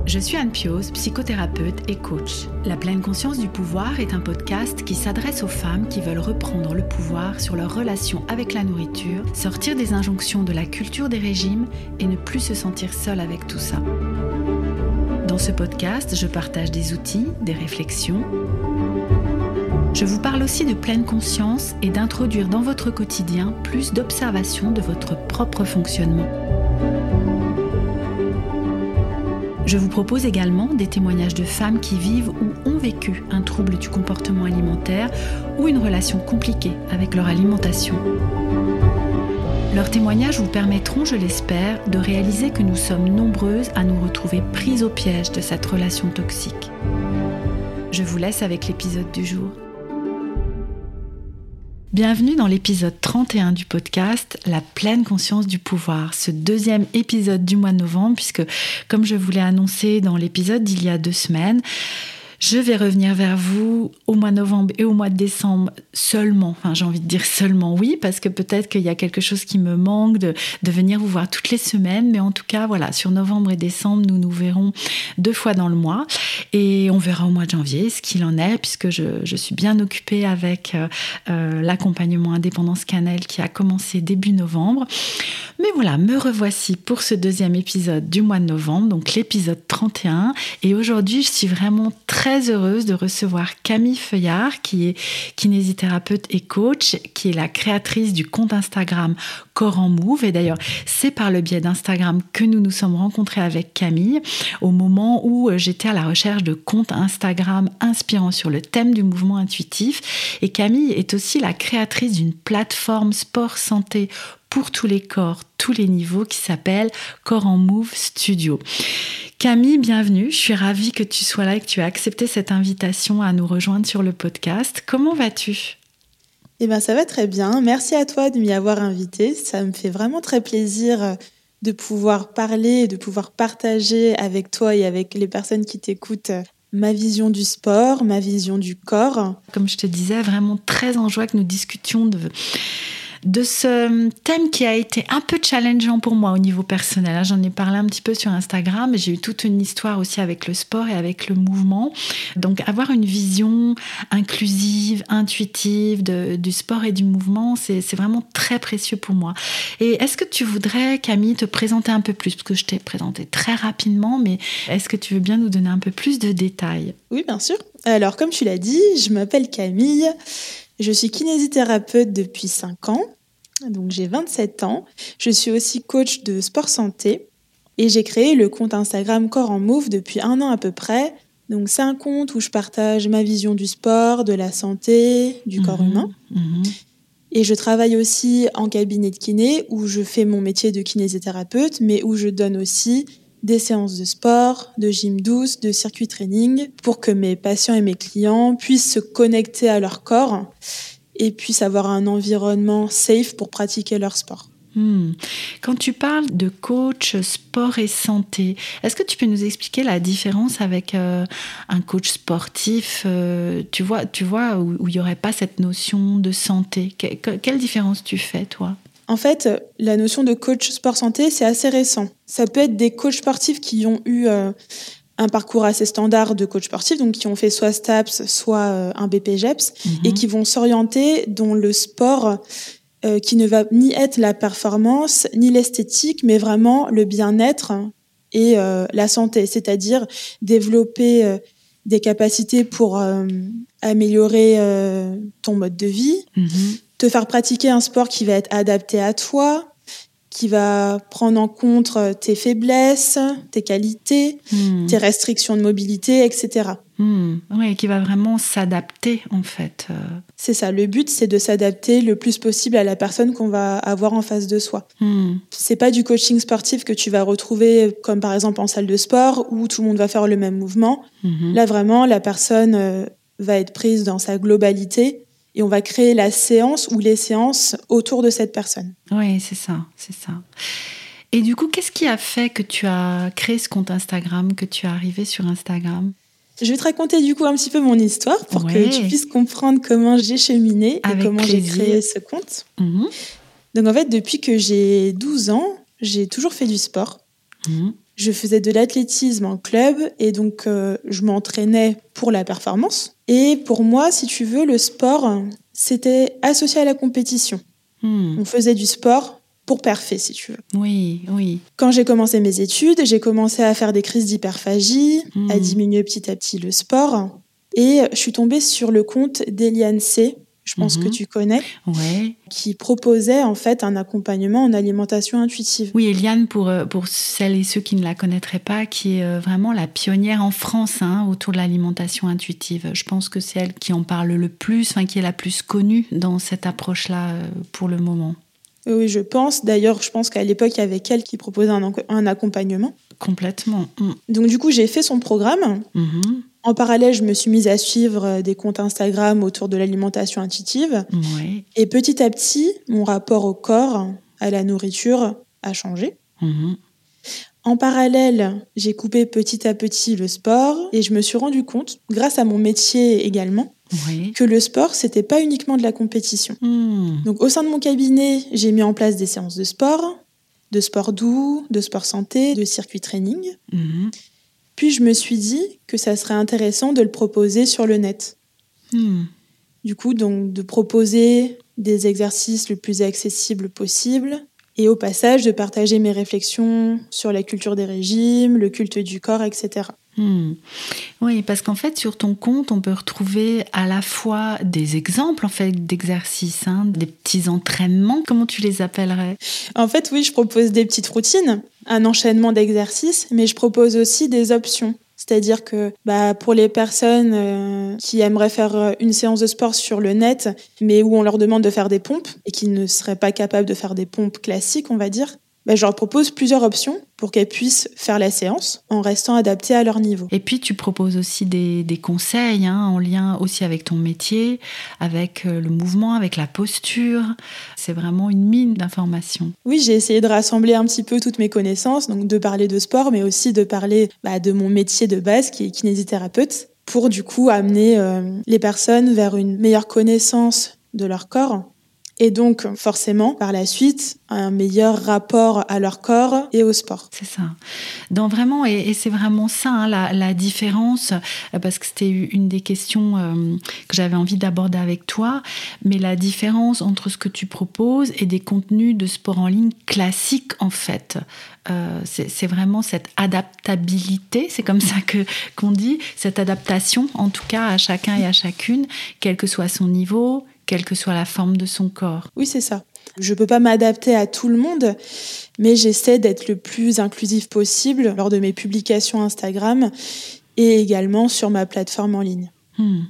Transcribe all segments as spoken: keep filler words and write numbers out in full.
Je suis Anne Pioz, psychothérapeute et coach. La pleine conscience du pouvoir est un podcast qui s'adresse aux femmes qui veulent reprendre le pouvoir sur leur relation avec la nourriture, sortir des injonctions de la culture des régimes et ne plus se sentir seule avec tout ça. Dans ce podcast, je partage des outils, des réflexions. Je vous parle aussi de pleine conscience et d'introduire dans votre quotidien plus d'observation de votre propre fonctionnement. Je vous propose également des témoignages de femmes qui vivent ou ont vécu un trouble du comportement alimentaire ou une relation compliquée avec leur alimentation. Leurs témoignages vous permettront, je l'espère, de réaliser que nous sommes nombreuses à nous retrouver prises au piège de cette relation toxique. Je vous laisse avec l'épisode du jour. Bienvenue dans l'épisode trente et un du podcast La pleine conscience du pouvoir, ce deuxième épisode du mois de novembre, puisque comme je vous l'ai annoncé dans l'épisode d'il y a deux semaines, je vais revenir vers vous au mois de novembre et au mois de décembre seulement. Enfin, j'ai envie de dire seulement oui, parce que peut-être qu'il y a quelque chose qui me manque de, de venir vous voir toutes les semaines. Mais en tout cas, voilà, sur novembre et décembre, nous nous verrons deux fois dans le mois. Et on verra au mois de janvier ce qu'il en est, puisque je, je suis bien occupée avec euh, l'accompagnement Indépendance Cannelle qui a commencé début novembre. Mais voilà, me revoici pour ce deuxième épisode du mois de novembre, donc l'épisode trente et un. Et aujourd'hui, je suis vraiment très très heureuse de recevoir Camille Feuillard, qui est kinésithérapeute et coach, qui est la créatrice du compte Instagram Corps en Move. Et d'ailleurs, c'est par le biais d'Instagram que nous nous sommes rencontrés avec Camille, au moment où j'étais à la recherche de comptes Instagram inspirants sur le thème du mouvement intuitif. Et Camille est aussi la créatrice d'une plateforme sport-santé pour tous les corps, tous les niveaux, qui s'appelle Corps en Move Studio. Camille, bienvenue. Je suis ravie que tu sois là et que tu aies accepté cette invitation à nous rejoindre sur le podcast. Comment vas-tu ? Eh bien, ça va très bien. Merci à toi de m'y avoir invitée. Ça me fait vraiment très plaisir de pouvoir parler, de pouvoir partager avec toi et avec les personnes qui t'écoutent ma vision du sport, ma vision du corps. Comme je te disais, vraiment très en joie que nous discutions de... de ce thème qui a été un peu challengeant pour moi au niveau personnel. J'en ai parlé un petit peu sur Instagram, j'ai eu toute une histoire aussi avec le sport et avec le mouvement. Donc avoir une vision inclusive, intuitive de, du sport et du mouvement, c'est, c'est vraiment très précieux pour moi. Et est-ce que tu voudrais, Camille, te présenter un peu plus ? Parce que je t'ai présenté très rapidement, mais est-ce que tu veux bien nous donner un peu plus de détails ? Oui, bien sûr. Alors, comme tu l'as dit, je m'appelle Camille. Je suis kinésithérapeute depuis cinq ans, donc j'ai vingt-sept ans. Je suis aussi coach de sport santé et j'ai créé le compte Instagram Corps en Move depuis un an à peu près. Donc c'est un compte où je partage ma vision du sport, de la santé, du mmh, corps humain. Mmh. Et je travaille aussi en cabinet de kiné où je fais mon métier de kinésithérapeute, mais où je donne aussi des séances de sport, de gym douce, de circuit training pour que mes patients et mes clients puissent se connecter à leur corps et puissent avoir un environnement safe pour pratiquer leur sport. Hmm. Quand tu parles de coach sport et santé, est-ce que tu peux nous expliquer la différence avec euh, un coach sportif euh, tu vois, tu vois où, où il n'y aurait pas cette notion de santé. Que, que, quelle différence tu fais, toi ? En fait, la notion de coach sport-santé, c'est assez récent. Ça peut être des coachs sportifs qui ont eu euh, un parcours assez standard de coach sportif, donc qui ont fait soit STAPS, soit euh, un B P G E P S, mmh. et qui vont s'orienter dans le sport euh, qui ne va ni être la performance, ni l'esthétique, mais vraiment le bien-être et euh, la santé, c'est-à-dire développer euh, des capacités pour euh, améliorer euh, ton mode de vie, mmh. te faire pratiquer un sport qui va être adapté à toi, qui va prendre en compte tes faiblesses, tes qualités, mmh. tes restrictions de mobilité, et cetera. Mmh. Oui, qui va vraiment s'adapter, en fait. C'est ça, le but, c'est de s'adapter le plus possible à la personne qu'on va avoir en face de soi. Mmh. C'est pas du coaching sportif que tu vas retrouver, comme par exemple en salle de sport, où tout le monde va faire le même mouvement. Mmh. Là, vraiment, la personne euh, va être prise dans sa globalité, et on va créer la séance ou les séances autour de cette personne. Oui, c'est ça, c'est ça. Et du coup, qu'est-ce qui a fait que tu as créé ce compte Instagram, que tu es arrivée sur Instagram ? Je vais te raconter du coup un petit peu mon histoire pour ouais. que tu puisses comprendre comment j'ai cheminé Avec et comment plaisir. j'ai créé ce compte. Mmh. Donc en fait, depuis que j'ai douze ans, j'ai toujours fait du sport. Mmh. Je faisais de l'athlétisme en club et donc euh, je m'entraînais pour la performance. Et pour moi, si tu veux, le sport, c'était associé à la compétition. Mmh. On faisait du sport pour parfait, si tu veux. Oui, oui. Quand j'ai commencé mes études, j'ai commencé à faire des crises d'hyperphagie, mmh. à diminuer petit à petit le sport. Et je suis tombée sur le compte d'Eliane C., je pense mmh. que tu connais, ouais. qui proposait en fait un accompagnement en alimentation intuitive. Oui, Eliane, pour, pour celles et ceux qui ne la connaîtraient pas, qui est vraiment la pionnière en France hein, autour de l'alimentation intuitive. Je pense que c'est elle qui en parle le plus, enfin, qui est la plus connue dans cette approche-là pour le moment. Oui, je pense. D'ailleurs, je pense qu'à l'époque, il y avait elle qui proposait un, un accompagnement. Complètement. Mmh. Donc du coup, j'ai fait son programme. Mmh. En parallèle, je me suis mise à suivre des comptes Instagram autour de l'alimentation intuitive. Ouais. Et petit à petit, mon rapport au corps, à la nourriture, a changé. Mmh. En parallèle, j'ai coupé petit à petit le sport et je me suis rendu compte, grâce à mon métier également, oui. que le sport, c'était pas uniquement de la compétition. Mmh. Donc, au sein de mon cabinet, j'ai mis en place des séances de sport, de sport doux, de sport santé, de circuit training. Mmh. Puis, je me suis dit que ça serait intéressant de le proposer sur le net. Mmh. Du coup, donc, de proposer des exercices le plus accessibles possible et au passage, de partager mes réflexions sur la culture des régimes, le culte du corps, et cetera. Mmh. Oui, parce qu'en fait, sur ton compte, on peut retrouver à la fois des exemples en fait, d'exercices, hein, des petits entraînements. Comment tu les appellerais ? En fait, oui, je propose des petites routines, un enchaînement d'exercices, mais je propose aussi des options. C'est-à-dire que bah, pour les personnes euh, qui aimeraient faire une séance de sport sur le net, mais où on leur demande de faire des pompes et qui ne seraient pas capables de faire des pompes classiques, on va dire, bah, je leur propose plusieurs options pour qu'elles puissent faire la séance en restant adaptées à leur niveau. Et puis tu proposes aussi des, des conseils hein, en lien aussi avec ton métier, avec le mouvement, avec la posture. C'est vraiment une mine d'informations. Oui, j'ai essayé de rassembler un petit peu toutes mes connaissances, donc de parler de sport, mais aussi de parler bah, de mon métier de base qui est kinésithérapeute, pour du coup amener euh, les personnes vers une meilleure connaissance de leur corps. Et donc, forcément, par la suite, un meilleur rapport à leur corps et au sport. C'est ça. Donc vraiment, et, et c'est vraiment ça, hein, la, la différence, parce que c'était une des questions euh, que j'avais envie d'aborder avec toi, mais la différence entre ce que tu proposes et des contenus de sport en ligne classiques, en fait. Euh, c'est, c'est vraiment cette adaptabilité, c'est comme ça que, qu'on dit, cette adaptation, en tout cas, à chacun et à chacune, quel que soit son niveau, quelle que soit la forme de son corps. Oui, c'est ça. Je ne peux pas m'adapter à tout le monde, mais j'essaie d'être le plus inclusif possible lors de mes publications Instagram et également sur ma plateforme en ligne. Hmm.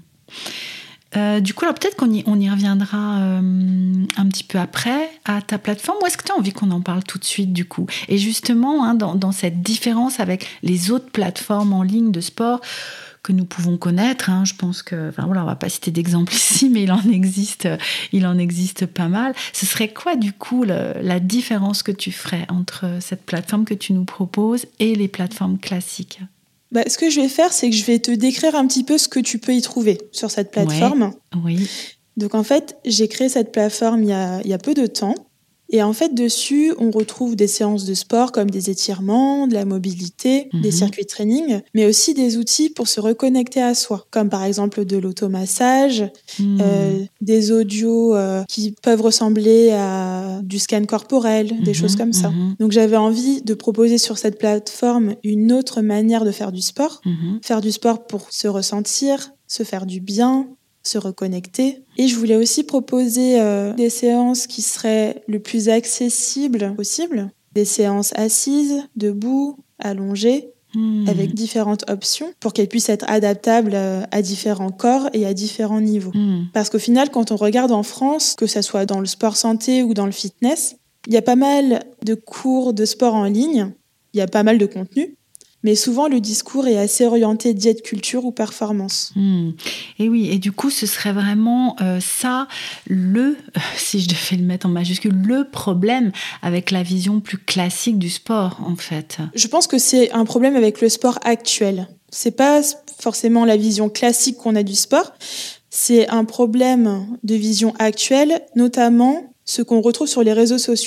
Euh, du coup, alors peut-être qu'on y, on y reviendra euh, un petit peu après à ta plateforme. Ou est-ce que tu as envie qu'on en parle tout de suite, du coup ? Et justement, hein, dans, dans cette différence avec les autres plateformes en ligne de sport que nous pouvons connaître, hein, je pense que, enfin voilà, on va pas citer d'exemple ici, mais il en existe, il en existe pas mal. Ce serait quoi, du coup, le, la différence que tu ferais entre cette plateforme que tu nous proposes et les plateformes classiques ? Bah, ce que je vais faire, c'est que je vais te décrire un petit peu ce que tu peux y trouver sur cette plateforme. Ouais, oui. Donc en fait, j'ai créé cette plateforme il y a, il y a peu de temps. Et en fait, dessus, on retrouve des séances de sport comme des étirements, de la mobilité, mmh. des circuits de training, mais aussi des outils pour se reconnecter à soi, comme par exemple de l'automassage, mmh. euh, des audios euh, qui peuvent ressembler à du scan corporel, mmh. des choses comme ça. Mmh. Donc j'avais envie de proposer sur cette plateforme une autre manière de faire du sport, mmh. faire du sport pour se ressentir, se faire du bien, se reconnecter. Et je voulais aussi proposer euh, des séances qui seraient le plus accessibles possible, des séances assises, debout, allongées, mmh. avec différentes options pour qu'elles puissent être adaptables euh, à différents corps et à différents niveaux. Mmh. Parce qu'au final, quand on regarde en France, que ça soit dans le sport santé ou dans le fitness, il y a pas mal de cours de sport en ligne, il y a pas mal de contenu, mais souvent, le discours est assez orienté diète, culture ou performance. Mmh. Et oui, et du coup, ce serait vraiment euh, ça, le, euh, si je devais le mettre en majuscule, le problème avec la vision plus classique du sport, en fait. Je pense que c'est un problème avec le sport actuel. C'est pas forcément la vision classique qu'on a du sport, c'est un problème de vision actuelle, notamment ce qu'on retrouve sur les réseaux sociaux.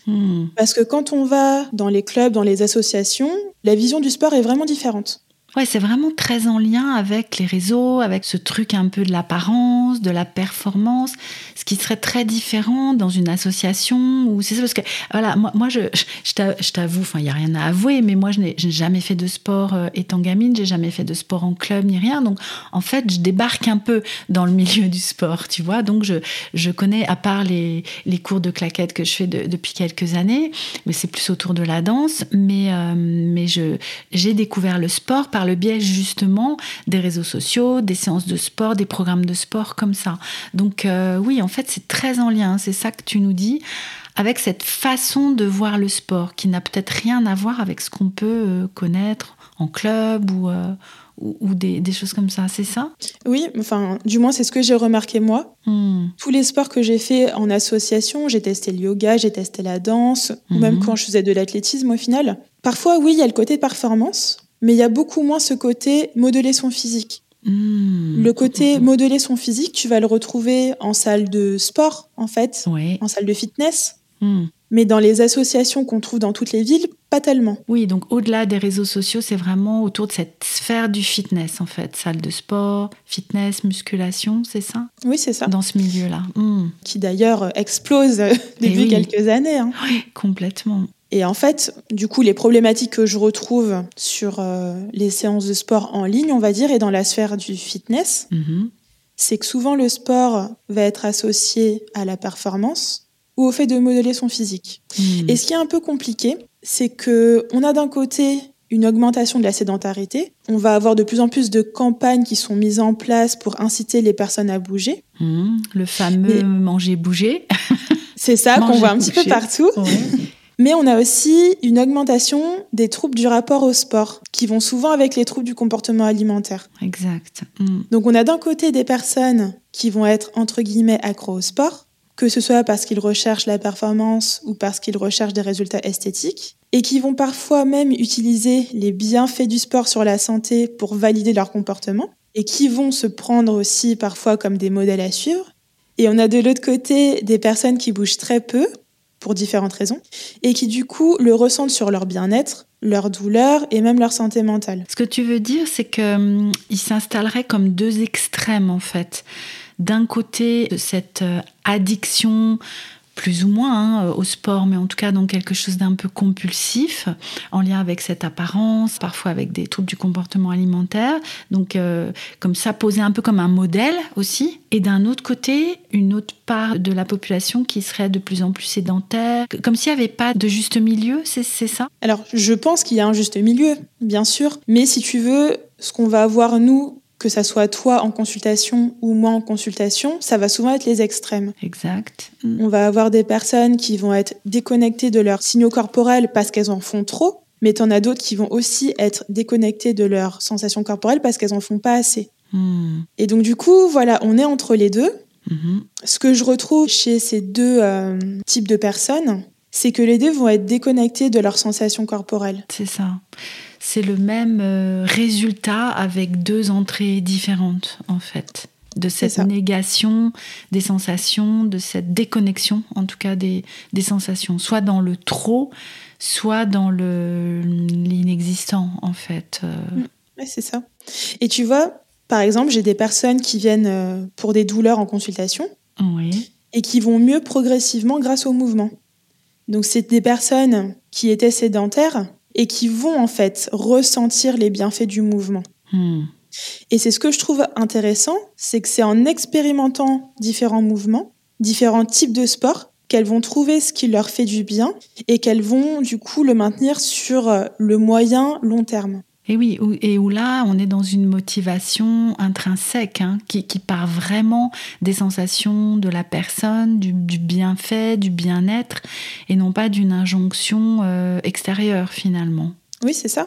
Mmh. Parce que quand on va dans les clubs, dans les associations, la vision du sport est vraiment différente. Ouais, c'est vraiment très en lien avec les réseaux, avec ce truc un peu de l'apparence, de la performance, ce qui serait très différent dans une association. Ou c'est ça, parce que voilà, moi, moi je, je t'avoue, enfin, il n'y a rien à avouer, mais moi, je n'ai jamais fait de sport euh, étant gamine, j'ai jamais fait de sport en club ni rien. Donc, en fait, je débarque un peu dans le milieu du sport, tu vois. Donc, je, je connais, à part les, les cours de claquettes que je fais de, depuis quelques années, mais c'est plus autour de la danse. Mais, euh, mais je, j'ai découvert le sport par le biais justement des réseaux sociaux, des séances de sport, des programmes de sport comme ça. Donc euh, oui, en fait, c'est très en lien, c'est ça que tu nous dis, avec cette façon de voir le sport qui n'a peut-être rien à voir avec ce qu'on peut euh, connaître en club ou, euh, ou, ou des, des choses comme ça, c'est ça ? Oui, enfin, du moins, c'est ce que j'ai remarqué moi. Mmh. Tous les sports que j'ai fait en association, j'ai testé le yoga, j'ai testé la danse, mmh. ou même quand je faisais de l'athlétisme au final. Parfois, oui, il y a le côté performance, mais il y a beaucoup moins ce côté modeler son physique. Mmh. Le côté mmh. modeler son physique, tu vas le retrouver en salle de sport, en fait, oui. en salle de fitness. Mmh. Mais dans les associations qu'on trouve dans toutes les villes, pas tellement. Oui, donc au-delà des réseaux sociaux, c'est vraiment autour de cette sphère du fitness, en fait. Salle de sport, fitness, musculation, c'est ça ? Oui, c'est ça. Dans ce milieu-là. Mmh. Qui d'ailleurs explose depuis oui. quelques années. Hein. Oui, complètement. Et en fait, du coup, les problématiques que je retrouve sur euh, les séances de sport en ligne, on va dire, et dans la sphère du fitness, mmh. c'est que souvent le sport va être associé à la performance ou au fait de modeler son physique. Mmh. Et ce qui est un peu compliqué, c'est qu'on a d'un côté une augmentation de la sédentarité. On va avoir de plus en plus de campagnes qui sont mises en place pour inciter les personnes à bouger. Mmh. Le fameux Mais... manger-bouger. C'est ça qu'on voit un petit peu partout. Ouais. Mais on a aussi une augmentation des troubles du rapport au sport, qui vont souvent avec les troubles du comportement alimentaire. Exact. Mmh. Donc on a d'un côté des personnes qui vont être, entre guillemets, accros au sport, que ce soit parce qu'ils recherchent la performance ou parce qu'ils recherchent des résultats esthétiques, et qui vont parfois même utiliser les bienfaits du sport sur la santé pour valider leur comportement, et qui vont se prendre aussi parfois comme des modèles à suivre. Et on a de l'autre côté des personnes qui bougent très peu, pour différentes raisons, et qui du coup le ressentent sur leur bien-être, leur douleur et même leur santé mentale. Ce que tu veux dire, c'est qu'ils hum, s'installeraient comme deux extrêmes en fait. D'un côté, cette addiction, plus ou moins hein, au sport, mais en tout cas dans quelque chose d'un peu compulsif, en lien avec cette apparence, parfois avec des troubles du comportement alimentaire. Donc, euh, comme ça, posé un peu comme un modèle aussi. Et d'un autre côté, une autre part de la population qui serait de plus en plus sédentaire, comme s'il n'y avait pas de juste milieu, c'est, c'est ça ? Alors, je pense qu'il y a un juste milieu, bien sûr, mais si tu veux, ce qu'on va avoir, nous, que ça soit toi en consultation ou moi en consultation, ça va souvent être les extrêmes. Exact. Mmh. On va avoir des personnes qui vont être déconnectées de leurs signaux corporels parce qu'elles en font trop, mais t'en as d'autres qui vont aussi être déconnectées de leurs sensations corporelles parce qu'elles en font pas assez. Mmh. Et donc du coup, voilà, on est entre les deux. Mmh. Ce que je retrouve chez ces deux euh, types de personnes, c'est que les deux vont être déconnectés de leurs sensations corporelles. C'est ça. C'est le même euh, résultat avec deux entrées différentes, en fait. De cette négation des sensations, de cette déconnexion, en tout cas des, des sensations. Soit dans le trop, soit dans le, l'inexistant, en fait. Euh... Oui, c'est ça. Et tu vois, par exemple, j'ai des personnes qui viennent pour des douleurs en consultation. Oui. Et qui vont mieux progressivement grâce au mouvement. Donc, c'est des personnes qui étaient sédentaires et qui vont en fait ressentir les bienfaits du mouvement. Mmh. Et c'est ce que je trouve intéressant, c'est que c'est en expérimentant différents mouvements, différents types de sports, qu'elles vont trouver ce qui leur fait du bien et qu'elles vont du coup le maintenir sur le moyen long terme. Et oui, et où là, on est dans une motivation intrinsèque hein, qui, qui part vraiment des sensations de la personne, du, du bienfait, du bien-être, et non pas d'une injonction euh, extérieure finalement. Oui, c'est ça.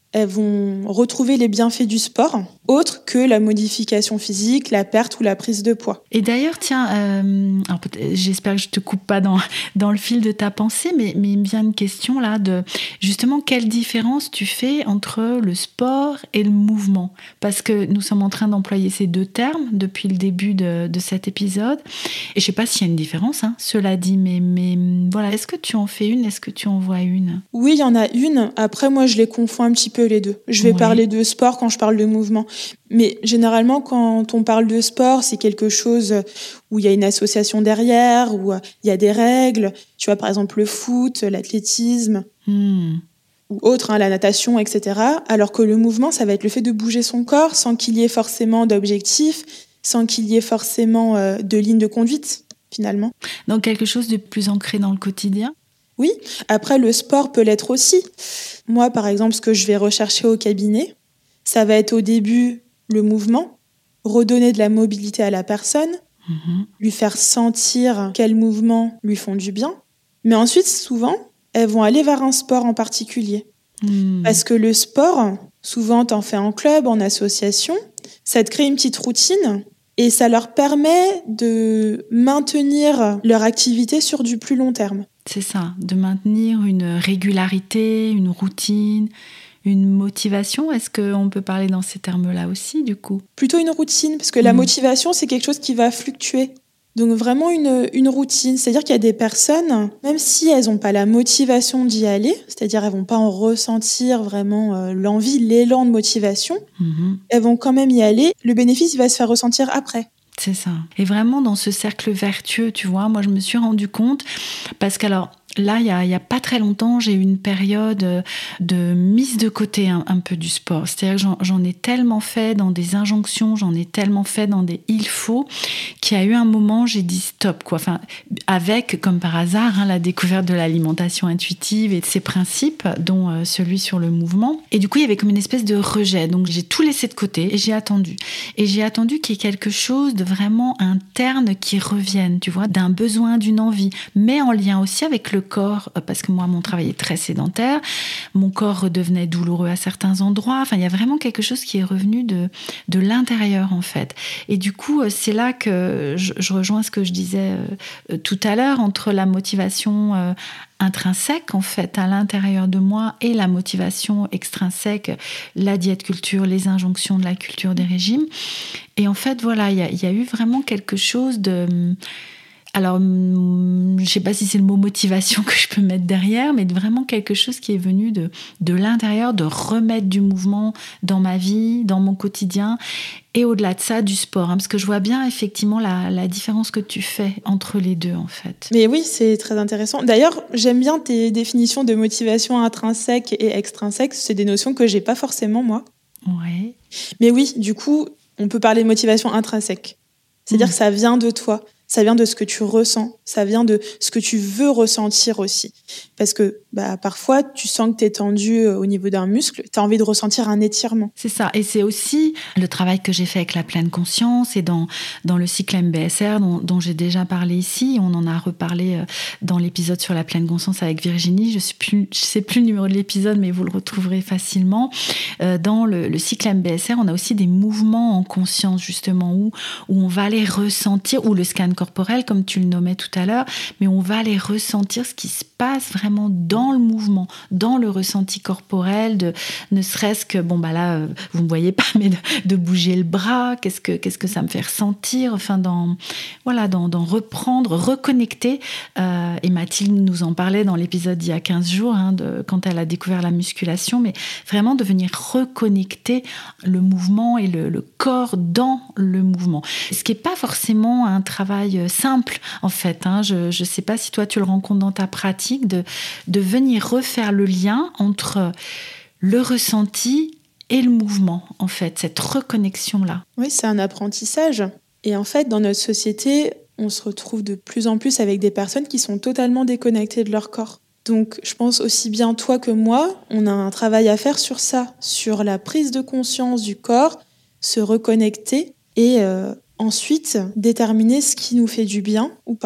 elles vont retrouver les bienfaits du sport, autres que la modification physique, la perte ou la prise de poids. Et d'ailleurs, tiens, euh, alors j'espère que je te coupe pas dans, dans le fil de ta pensée, mais, mais il me vient une question là de justement quelle différence tu fais entre le sport et le mouvement ? Parce que nous sommes en train d'employer ces deux termes depuis le début de, de cet épisode. Et je sais pas s'il y a une différence, hein, cela dit, mais, mais voilà, est-ce que tu en fais une ? Est-ce que tu en vois une ? Oui, il y en a une. Après, moi, je les confonds un petit peu les deux. Je vais Ouais. parler de sport quand je parle de mouvement. Mais généralement, quand on parle de sport, c'est quelque chose où il y a une association derrière, où il y a des règles. Tu vois, par exemple, le foot, l'athlétisme, hmm. ou autre, hein, la natation, et cetera. Alors que le mouvement, ça va être le fait de bouger son corps sans qu'il y ait forcément d'objectifs, sans qu'il y ait forcément euh, de ligne de conduite, finalement. Donc quelque chose de plus ancré dans le quotidien ? Oui, après le sport peut l'être aussi. Moi, par exemple, ce que je vais rechercher au cabinet, ça va être au début le mouvement, redonner de la mobilité à la personne, mmh. lui faire sentir quels mouvements lui font du bien. Mais ensuite, souvent, elles vont aller vers un sport en particulier. mmh. Parce que le sport, souvent, t'en fais en club, en association, ça te crée une petite routine et ça leur permet de maintenir leur activité sur du plus long terme. C'est ça, de maintenir une régularité, une routine, une motivation. Est-ce qu'on peut parler dans ces termes-là aussi, du coup ? Plutôt une routine, parce que la Mmh. motivation, c'est quelque chose qui va fluctuer. Donc vraiment une, une routine. C'est-à-dire qu'il y a des personnes, même si elles n'ont pas la motivation d'y aller, c'est-à-dire elles vont pas en ressentir vraiment euh, l'envie, l'élan de motivation, Mmh. elles vont quand même y aller. Le bénéfice, il va se faire ressentir après. C'est ça. Et vraiment dans ce cercle vertueux, tu vois, moi je me suis rendu compte, parce qu'alors, là, il y a, il y a pas très longtemps, j'ai eu une période de mise de côté un, un peu du sport. C'est-à-dire que j'en, j'en ai tellement fait dans des injonctions, j'en ai tellement fait dans des il faut, qu'il y a eu un moment, j'ai dit stop, quoi. Enfin, avec, comme par hasard, hein, la découverte de l'alimentation intuitive et de ses principes, dont euh, celui sur le mouvement. Et du coup, il y avait comme une espèce de rejet. Donc, j'ai tout laissé de côté et j'ai attendu. Et j'ai attendu qu'il y ait quelque chose de vraiment interne qui revienne, tu vois, d'un besoin, d'une envie, mais en lien aussi avec le corps, parce que moi, mon travail est très sédentaire, mon corps redevenait douloureux à certains endroits, enfin, il y a vraiment quelque chose qui est revenu de, de l'intérieur, en fait. Et du coup, c'est là que je, je rejoins ce que je disais euh, tout à l'heure, entre la motivation euh, intrinsèque, en fait, à l'intérieur de moi, et la motivation extrinsèque, la diète culture, les injonctions de la culture des régimes. Et en fait, voilà, il y a, y a eu vraiment quelque chose de... Alors, je ne sais pas si c'est le mot motivation que je peux mettre derrière, mais vraiment quelque chose qui est venu de, de l'intérieur, de remettre du mouvement dans ma vie, dans mon quotidien, et au-delà de ça, du sport. Hein, parce que je vois bien effectivement la, la différence que tu fais entre les deux, en fait. Mais oui, c'est très intéressant. D'ailleurs, j'aime bien tes définitions de motivation intrinsèque et extrinsèque. C'est des notions que j'ai pas forcément, moi. Ouais. Mais oui, du coup, on peut parler de motivation intrinsèque. C'est-à-dire mmh. que ça vient de toi. Ça vient de ce que tu ressens, ça vient de ce que tu veux ressentir aussi. Parce que bah, parfois, tu sens que tu es tendu au niveau d'un muscle, tu as envie de ressentir un étirement. C'est ça, et c'est aussi le travail que j'ai fait avec la pleine conscience et dans, dans le cycle M B S R dont, dont j'ai déjà parlé ici. On en a reparlé dans l'épisode sur la pleine conscience avec Virginie. Je ne sais plus, je sais plus le numéro de l'épisode, mais vous le retrouverez facilement. Dans le, le cycle M B S R, on a aussi des mouvements en conscience, justement, où, où on va aller ressentir, ou le scan corporel, comme tu le nommais tout à l'heure, mais on va aller ressentir ce qui se passe vraiment dans le mouvement, dans le ressenti corporel, de, ne serait-ce que, bon, bah là, vous ne me voyez pas, mais de, de bouger le bras, qu'est-ce que, qu'est-ce que ça me fait ressentir, enfin, dans, voilà, dans, dans reprendre, reconnecter. Euh, et Mathilde nous en parlait dans l'épisode d'il y a quinze jours, hein, de, quand elle a découvert la musculation, mais vraiment de venir reconnecter le mouvement et le, le corps dans le mouvement. Ce qui n'est pas forcément un travail simple, en fait. Hein. Je ne sais pas si toi, tu le rencontres dans ta pratique, de, de venir refaire le lien entre le ressenti et le mouvement, en fait, cette reconnexion-là. Oui, c'est un apprentissage. Et en fait, dans notre société, on se retrouve de plus en plus avec des personnes qui sont totalement déconnectées de leur corps. Donc, je pense aussi bien toi que moi, on a un travail à faire sur ça, sur la prise de conscience du corps, se reconnecter et... Euh, Ensuite, déterminer ce qui nous fait du bien ou pas.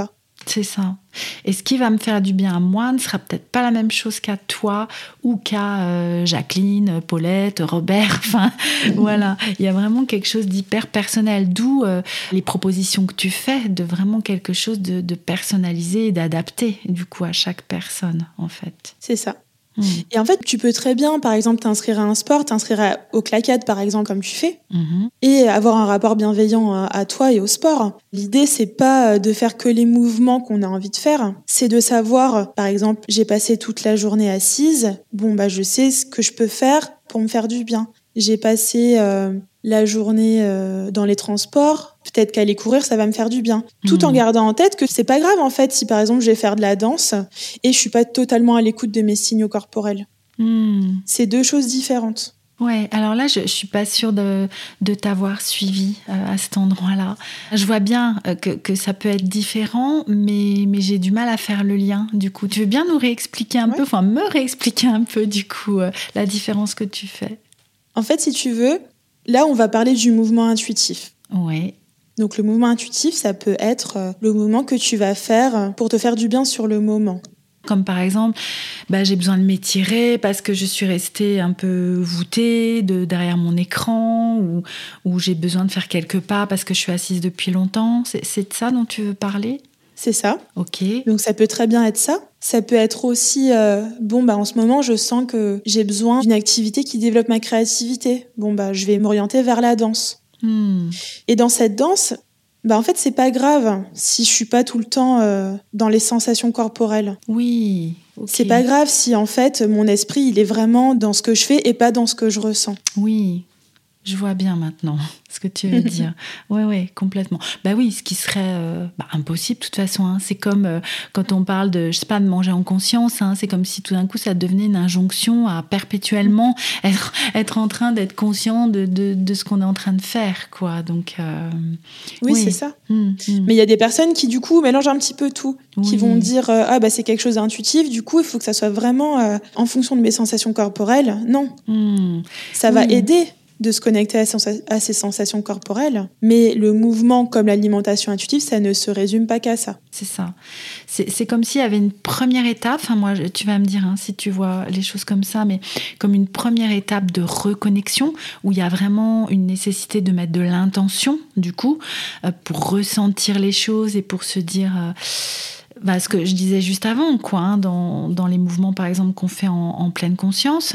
C'est ça. Et ce qui va me faire du bien à moi ne sera peut-être pas la même chose qu'à toi ou qu'à euh, Jacqueline, Paulette, Robert. Enfin, voilà. Il y a vraiment quelque chose d'hyper personnel. D'où euh, les propositions que tu fais, de vraiment quelque chose de, de personnalisé et d'adapté, du coup, à chaque personne, en fait. C'est ça. Mmh. Et en fait, tu peux très bien, par exemple, t'inscrire à un sport, t'inscrire à, aux claquettes, par exemple, comme tu fais, mmh. et avoir un rapport bienveillant à, à toi et au sport. L'idée, c'est pas de faire que les mouvements qu'on a envie de faire, c'est de savoir, par exemple, j'ai passé toute la journée assise, bon, bah, je sais ce que je peux faire pour me faire du bien. J'ai passé euh, la journée euh, dans les transports, peut-être qu'aller courir, ça va me faire du bien. Tout Mmh. en gardant en tête que c'est pas grave, en fait, si par exemple je vais faire de la danse et je suis pas totalement à l'écoute de mes signaux corporels. Mmh. C'est deux choses différentes. Ouais, alors là, je, je suis pas sûre de, de t'avoir suivi euh, à cet endroit-là. Je vois bien euh, que, que ça peut être différent, mais, mais j'ai du mal à faire le lien, du coup. Tu veux bien nous réexpliquer un Ouais. peu, enfin me réexpliquer un peu, du coup, euh, la différence que tu fais? En fait, si tu veux, là, on va parler du mouvement intuitif. Ouais. Donc, le mouvement intuitif, ça peut être euh, le mouvement que tu vas faire pour te faire du bien sur le moment. Comme par exemple, bah, j'ai besoin de m'étirer parce que je suis restée un peu voûtée de, derrière mon écran ou, ou j'ai besoin de faire quelques pas parce que je suis assise depuis longtemps. C'est, c'est de ça dont tu veux parler? C'est ça. Ok. Donc, ça peut très bien être ça. Ça peut être aussi, euh, bon, bah, en ce moment, je sens que j'ai besoin d'une activité qui développe ma créativité. Bon, bah, je vais m'orienter vers la danse. Hmm. Et dans cette danse, bah, en fait, c'est pas grave si je suis pas tout le temps euh, dans les sensations corporelles. Oui. Okay. C'est pas grave si, en fait, mon esprit, il est vraiment dans ce que je fais et pas dans ce que je ressens. Oui. Je vois bien maintenant ce que tu veux dire. Oui, oui, complètement. Bah oui, ce qui serait euh, bah, impossible de toute façon. Hein. C'est comme euh, quand on parle de, je sais pas, de manger en conscience. Hein. C'est comme si tout d'un coup ça devenait une injonction à perpétuellement être, être en train d'être conscient de, de, de ce qu'on est en train de faire, quoi. Donc euh, oui, oui, c'est ça. Mmh, mmh. Mais il y a des personnes qui du coup mélangent un petit peu tout, oui. qui vont dire euh, ah bah c'est quelque chose d'intuitif. Du coup, il faut que ça soit vraiment euh, en fonction de mes sensations corporelles. Non, mmh. ça oui. va aider de se connecter à, sensa- à ces sensations corporelles. Mais le mouvement comme l'alimentation intuitive, ça ne se résume pas qu'à ça. C'est ça. C'est, c'est comme s'il y avait une première étape, enfin moi, tu vas me dire hein, si tu vois les choses comme ça, mais comme une première étape de reconnexion où il y a vraiment une nécessité de mettre de l'intention, du coup, euh, pour ressentir les choses et pour se dire... Euh, bah, ce que je disais juste avant, quoi, hein, dans, dans les mouvements, par exemple, qu'on fait en, en pleine conscience...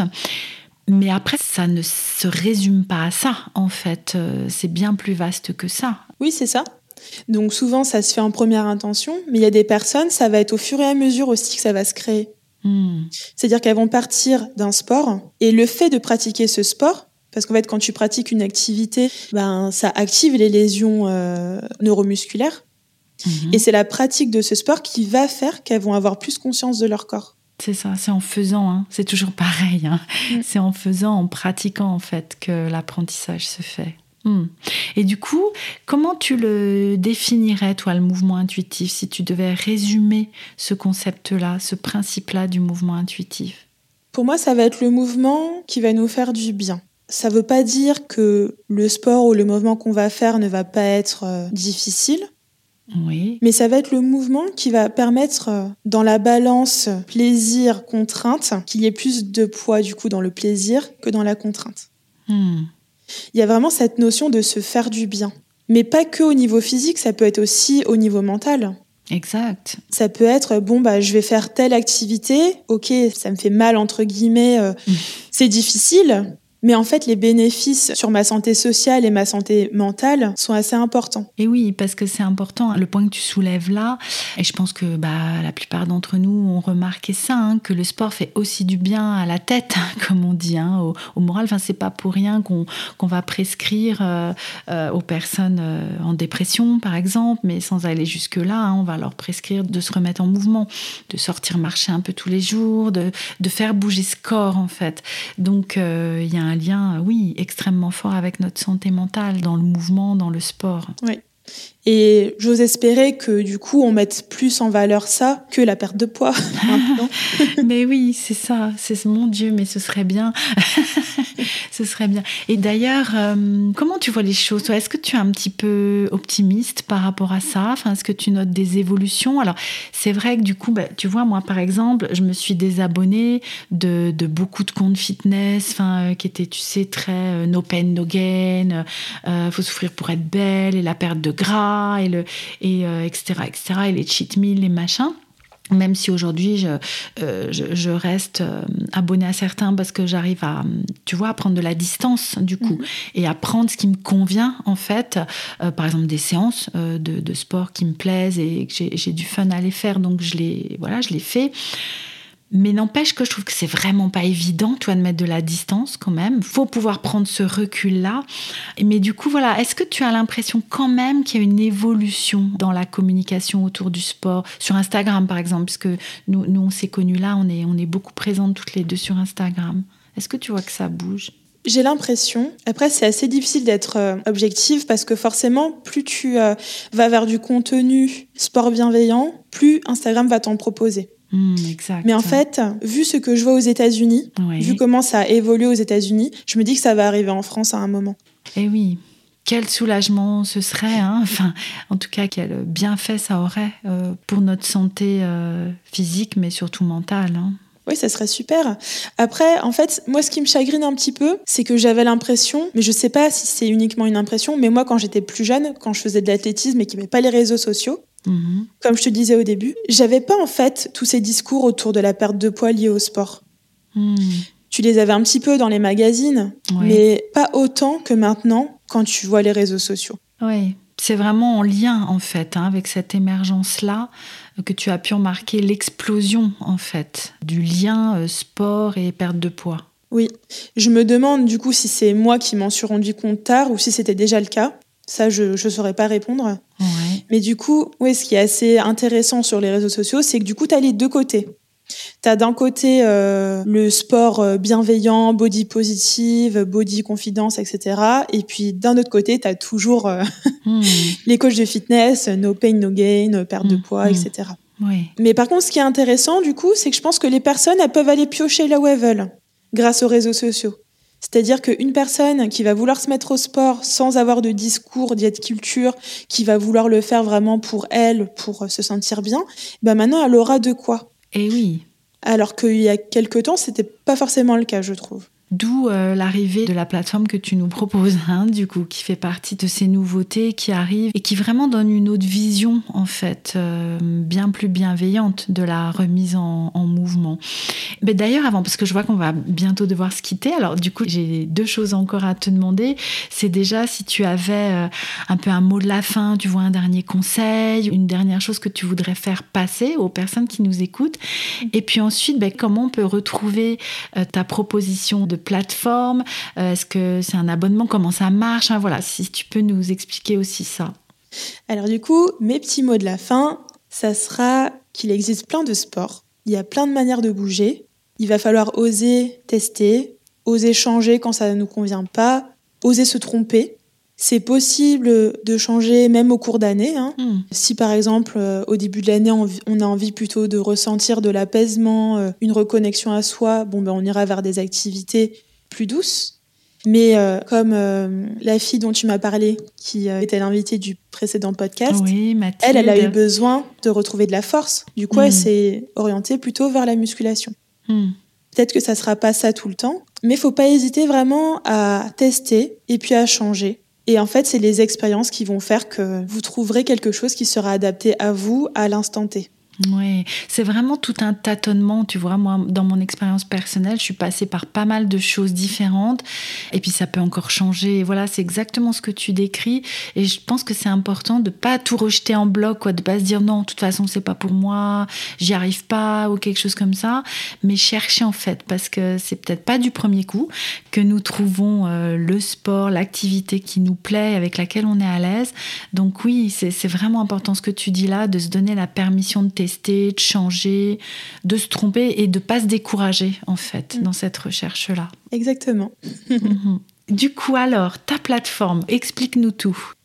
Mais après, ça ne se résume pas à ça, en fait. C'est bien plus vaste que ça. Oui, c'est ça. Donc souvent, ça se fait en première intention, mais il y a des personnes, ça va être au fur et à mesure aussi que ça va se créer. Mmh. C'est-à-dire qu'elles vont partir d'un sport, et le fait de pratiquer ce sport, parce qu'en fait, quand tu pratiques une activité, ben, ça active les lésions euh, neuromusculaires, mmh. et c'est la pratique de ce sport qui va faire qu'elles vont avoir plus conscience de leur corps. C'est ça, c'est en faisant, hein. C'est toujours pareil. Hein. Mm. C'est en faisant, en pratiquant en fait que l'apprentissage se fait. Mm. Et du coup, comment tu le définirais, toi, le mouvement intuitif, si tu devais résumer ce concept-là, ce principe-là du mouvement intuitif? Pour moi, ça va être le mouvement qui va nous faire du bien. Ça ne veut pas dire que le sport ou le mouvement qu'on va faire ne va pas être euh, difficile. Oui. Mais ça va être le mouvement qui va permettre, dans la balance plaisir-contrainte, qu'il y ait plus de poids du coup dans le plaisir que dans la contrainte. Hmm. Il y a vraiment cette notion de se faire du bien. Mais pas que au niveau physique, ça peut être aussi au niveau mental. Exact. Ça peut être, bon, bah, je vais faire telle activité, ok, ça me fait mal, entre guillemets, euh, mmh. c'est difficile. Mais en fait, les bénéfices sur ma santé sociale et ma santé mentale sont assez importants. Et oui, parce que c'est important, le point que tu soulèves là, et je pense que bah, la plupart d'entre nous ont remarqué ça, hein, que le sport fait aussi du bien à la tête, comme on dit, hein, au, au moral. Enfin, c'est pas pour rien qu'on, qu'on va prescrire euh, euh, aux personnes euh, en dépression, par exemple, mais sans aller jusque-là, hein, on va leur prescrire de se remettre en mouvement, de sortir marcher un peu tous les jours, de, de faire bouger ce corps, en fait. Donc, il euh, y a un lien, oui, extrêmement fort avec notre santé mentale, dans le mouvement, dans le sport. Oui. Et j'ose espérer que du coup, on mette plus en valeur ça que la perte de poids maintenant. Mais oui, c'est ça. C'est mon Dieu, mais ce serait bien. Ce serait bien. Et d'ailleurs, euh, comment tu vois les choses, toi ? Est-ce que tu es un petit peu optimiste par rapport à ça ? Enfin, est-ce que tu notes des évolutions ? Alors, c'est vrai que du coup, bah, tu vois, moi, par exemple, je me suis désabonnée de, de beaucoup de comptes fitness, enfin, euh, qui étaient, tu sais, très euh, no pain, no gain. Il euh, faut souffrir pour être belle, et la perte de gras, et le, et euh, et cetera, et cetera, et les cheat meals, les machins. Même si aujourd'hui, je, euh, je, je reste euh, abonnée à certains parce que j'arrive à, tu vois, à prendre de la distance, du coup, mmh. et à prendre ce qui me convient, en fait. Euh, par exemple, des séances euh, de, de sport qui me plaisent et que j'ai, j'ai du fun à les faire, donc je les, voilà, je les fais. Mais n'empêche que je trouve que c'est vraiment pas évident, tu vois, de mettre de la distance quand même. Il faut pouvoir prendre ce recul-là. Mais du coup, voilà, est-ce que tu as l'impression quand même qu'il y a une évolution dans la communication autour du sport ? Sur Instagram, par exemple, puisque nous, nous on s'est connus là, on est, on est beaucoup présentes toutes les deux sur Instagram. Est-ce que tu vois que ça bouge ? J'ai l'impression. Après, c'est assez difficile d'être euh, objective parce que forcément, plus tu euh, vas vers du contenu sport bienveillant, plus Instagram va t'en proposer. Mmh, exact. Mais en fait, vu ce que je vois aux États-Unis, oui. vu comment ça a évolué aux États-Unis, je me dis que ça va arriver en France à un moment. Eh oui, quel soulagement ce serait, hein, enfin, en tout cas, quel bienfait ça aurait euh, pour notre santé euh, physique, mais surtout mentale, hein. Oui, ça serait super. Après, en fait, moi, ce qui me chagrine un petit peu, c'est que j'avais l'impression, mais je sais pas si c'est uniquement une impression, mais moi, quand j'étais plus jeune, quand je faisais de l'athlétisme et qu'il n'y avait pas les réseaux sociaux, Mmh. comme je te disais au début, j'avais pas en fait tous ces discours autour de la perte de poids liés au sport. Mmh. Tu les avais un petit peu dans les magazines, oui. mais pas autant que maintenant quand tu vois les réseaux sociaux. Oui, c'est vraiment en lien en fait hein, avec cette émergence-là que tu as pu remarquer l'explosion en fait du lien euh, sport et perte de poids. Oui, je me demande du coup si c'est moi qui m'en suis rendu compte tard ou si c'était déjà le cas. Ça, je ne saurais pas répondre. Ouais. Mais du coup, oui, ce qui est assez intéressant sur les réseaux sociaux, c'est que du coup, tu as les deux côtés. Tu as d'un côté euh, le sport bienveillant, body positive, body confidence, et cetera. Et puis d'un autre côté, tu as toujours euh, mmh. les coachs de fitness, no pain, no gain, perte mmh. de poids, mmh. et cetera. Oui. Mais par contre, ce qui est intéressant, du coup, c'est que je pense que les personnes, elles peuvent aller piocher là où elles veulent, grâce aux réseaux sociaux. C'est-à-dire qu'une personne qui va vouloir se mettre au sport sans avoir de discours diète culture, qui va vouloir le faire vraiment pour elle, pour se sentir bien, ben maintenant elle aura de quoi. Et oui. Alors qu'il y a quelques temps, c'était pas forcément le cas, je trouve. D'où euh, l'arrivée de la plateforme que tu nous proposes, hein, du coup, qui fait partie de ces nouveautés qui arrivent et qui vraiment donne une autre vision, en fait, euh, bien plus bienveillante de la remise en, en mouvement. Mais d'ailleurs, avant, parce que je vois qu'on va bientôt devoir se quitter, alors du coup, j'ai deux choses encore à te demander. C'est déjà si tu avais euh, un peu un mot de la fin, tu vois, un dernier conseil, une dernière chose que tu voudrais faire passer aux personnes qui nous écoutent. Et puis ensuite, ben, comment on peut retrouver euh, ta proposition de plateforme, euh, est-ce que c'est un abonnement, comment ça marche, hein, voilà, si tu peux nous expliquer aussi ça. Alors du coup, mes petits mots de la fin, ça sera qu'il existe plein de sports, il y a plein de manières de bouger, il va falloir oser tester, oser changer quand ça ne nous convient pas, oser se tromper. C'est possible de changer même au cours d'année. Hein. Mmh. Si par exemple, euh, au début de l'année, on, on a envie plutôt de ressentir de l'apaisement, euh, une reconnexion à soi, bon, ben, on ira vers des activités plus douces. Mais euh, comme euh, la fille dont tu m'as parlé, qui euh, était l'invitée du précédent podcast, oui, elle, elle a eu besoin de retrouver de la force. Du coup, mmh. elle s'est orientée plutôt vers la musculation. Mmh. Peut-être que ça ne sera pas ça tout le temps, mais il ne faut pas hésiter vraiment à tester et puis à changer. Et en fait, c'est les expériences qui vont faire que vous trouverez quelque chose qui sera adapté à vous à l'instant T. Oui, c'est vraiment tout un tâtonnement, tu vois. Moi, dans mon expérience personnelle, je suis passée par pas mal de choses différentes et puis ça peut encore changer. Et voilà, c'est exactement ce que tu décris et je pense que c'est important de pas tout rejeter en bloc, quoi, de pas se dire non, de toute façon, c'est pas pour moi, j'y arrive pas ou quelque chose comme ça, mais chercher en fait, parce que c'est peut-être pas du premier coup que nous trouvons euh, le sport, l'activité qui nous plaît, avec laquelle on est à l'aise. Donc oui, c'est, c'est vraiment important ce que tu dis là, de se donner la permission de tester, de changer, de se tromper et de ne pas se décourager, en fait, mmh. dans cette recherche-là. Exactement. mmh. Du coup, alors, ta plateforme, explique-nous tout.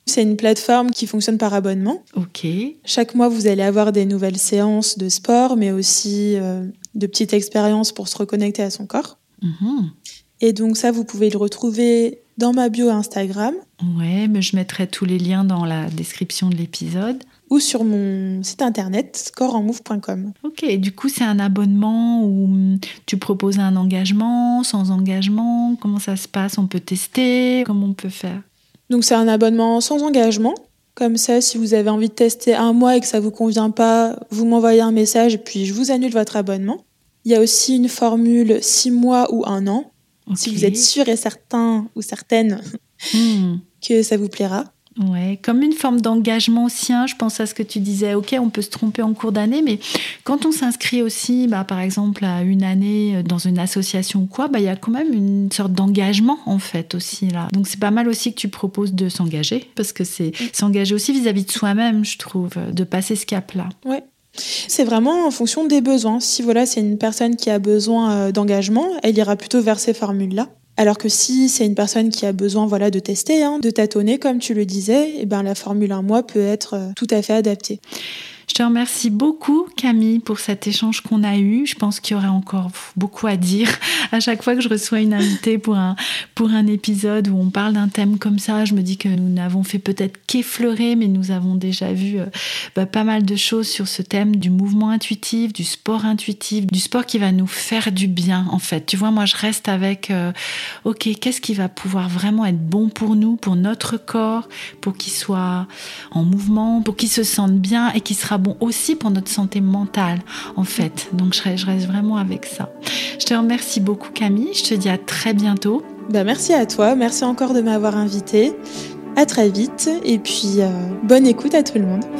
C'est une plateforme qui fonctionne par abonnement. Ok. Chaque mois, vous allez avoir des nouvelles séances de sport, mais aussi euh, de petites expériences pour se reconnecter à son corps. Mmh. Et donc ça, vous pouvez le retrouver dans ma bio Instagram. Ouais, mais je mettrai tous les liens dans la description de l'épisode. Ou sur mon site internet, corps en move point com. Ok, et du coup, c'est un abonnement où tu proposes un engagement, sans engagement? Comment ça se passe? On peut tester? Comment on peut faire? Donc c'est un abonnement sans engagement. Comme ça, si vous avez envie de tester un mois et que ça ne vous convient pas, vous m'envoyez un message et puis je vous annule votre abonnement. Il y a aussi une formule six mois ou un an. Okay. Si vous êtes sûr et certain ou certaine mmh. que ça vous plaira. Ouais, comme une forme d'engagement aussi, hein, je pense à ce que tu disais, ok, on peut se tromper en cours d'année, mais quand on s'inscrit aussi, bah, par exemple, à une année dans une association ou quoi, bah, y a quand même une sorte d'engagement, en fait, aussi, là. Donc, c'est pas mal aussi que tu proposes de s'engager, parce que c'est s'engager aussi vis-à-vis de soi-même, je trouve, de passer ce cap-là. Ouais. C'est vraiment en fonction des besoins. Si voilà, c'est une personne qui a besoin d'engagement, elle ira plutôt vers ces formules-là. Alors que si c'est une personne qui a besoin voilà, de tester, hein, de tâtonner, comme tu le disais, et ben, la formule un mois peut être tout à fait adaptée. Je te remercie beaucoup, Camille, pour cet échange qu'on a eu. Je pense qu'il y aurait encore beaucoup à dire à chaque fois que je reçois une invitée pour un, pour un épisode où on parle d'un thème comme ça. Je me dis que nous n'avons fait peut-être qu'effleurer, mais nous avons déjà vu euh, bah, pas mal de choses sur ce thème du mouvement intuitif, du sport intuitif, du sport qui va nous faire du bien, en fait. Tu vois, moi, je reste avec, euh, ok, qu'est-ce qui va pouvoir vraiment être bon pour nous, pour notre corps, pour qu'il soit en mouvement, pour qu'il se sente bien et qu'il sera bon aussi pour notre santé mentale, en fait. Donc, je reste vraiment avec ça. Je te remercie beaucoup, Camille. Je te dis à très bientôt. Ben, merci à toi. Merci encore de m'avoir invitée. À très vite. Et puis, euh, bonne écoute à tout le monde.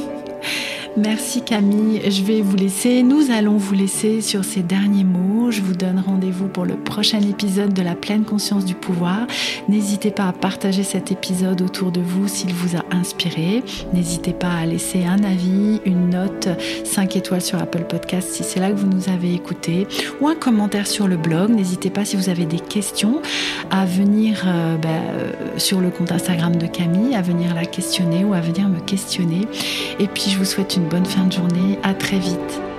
Merci Camille, je vais vous laisser, nous allons vous laisser sur ces derniers mots. Je vous donne rendez-vous pour le prochain épisode de la pleine conscience du pouvoir. N'hésitez pas à partager cet épisode autour de vous s'il vous a inspiré. N'hésitez pas à laisser un avis, une note, cinq étoiles sur Apple Podcast si c'est là que vous nous avez écouté, ou un commentaire sur le blog. N'hésitez pas si vous avez des questions à venir euh, bah, euh, sur le compte Instagram de Camille, à venir la questionner ou à venir me questionner. Et puis je vous souhaite une bonne fin de journée. À très vite.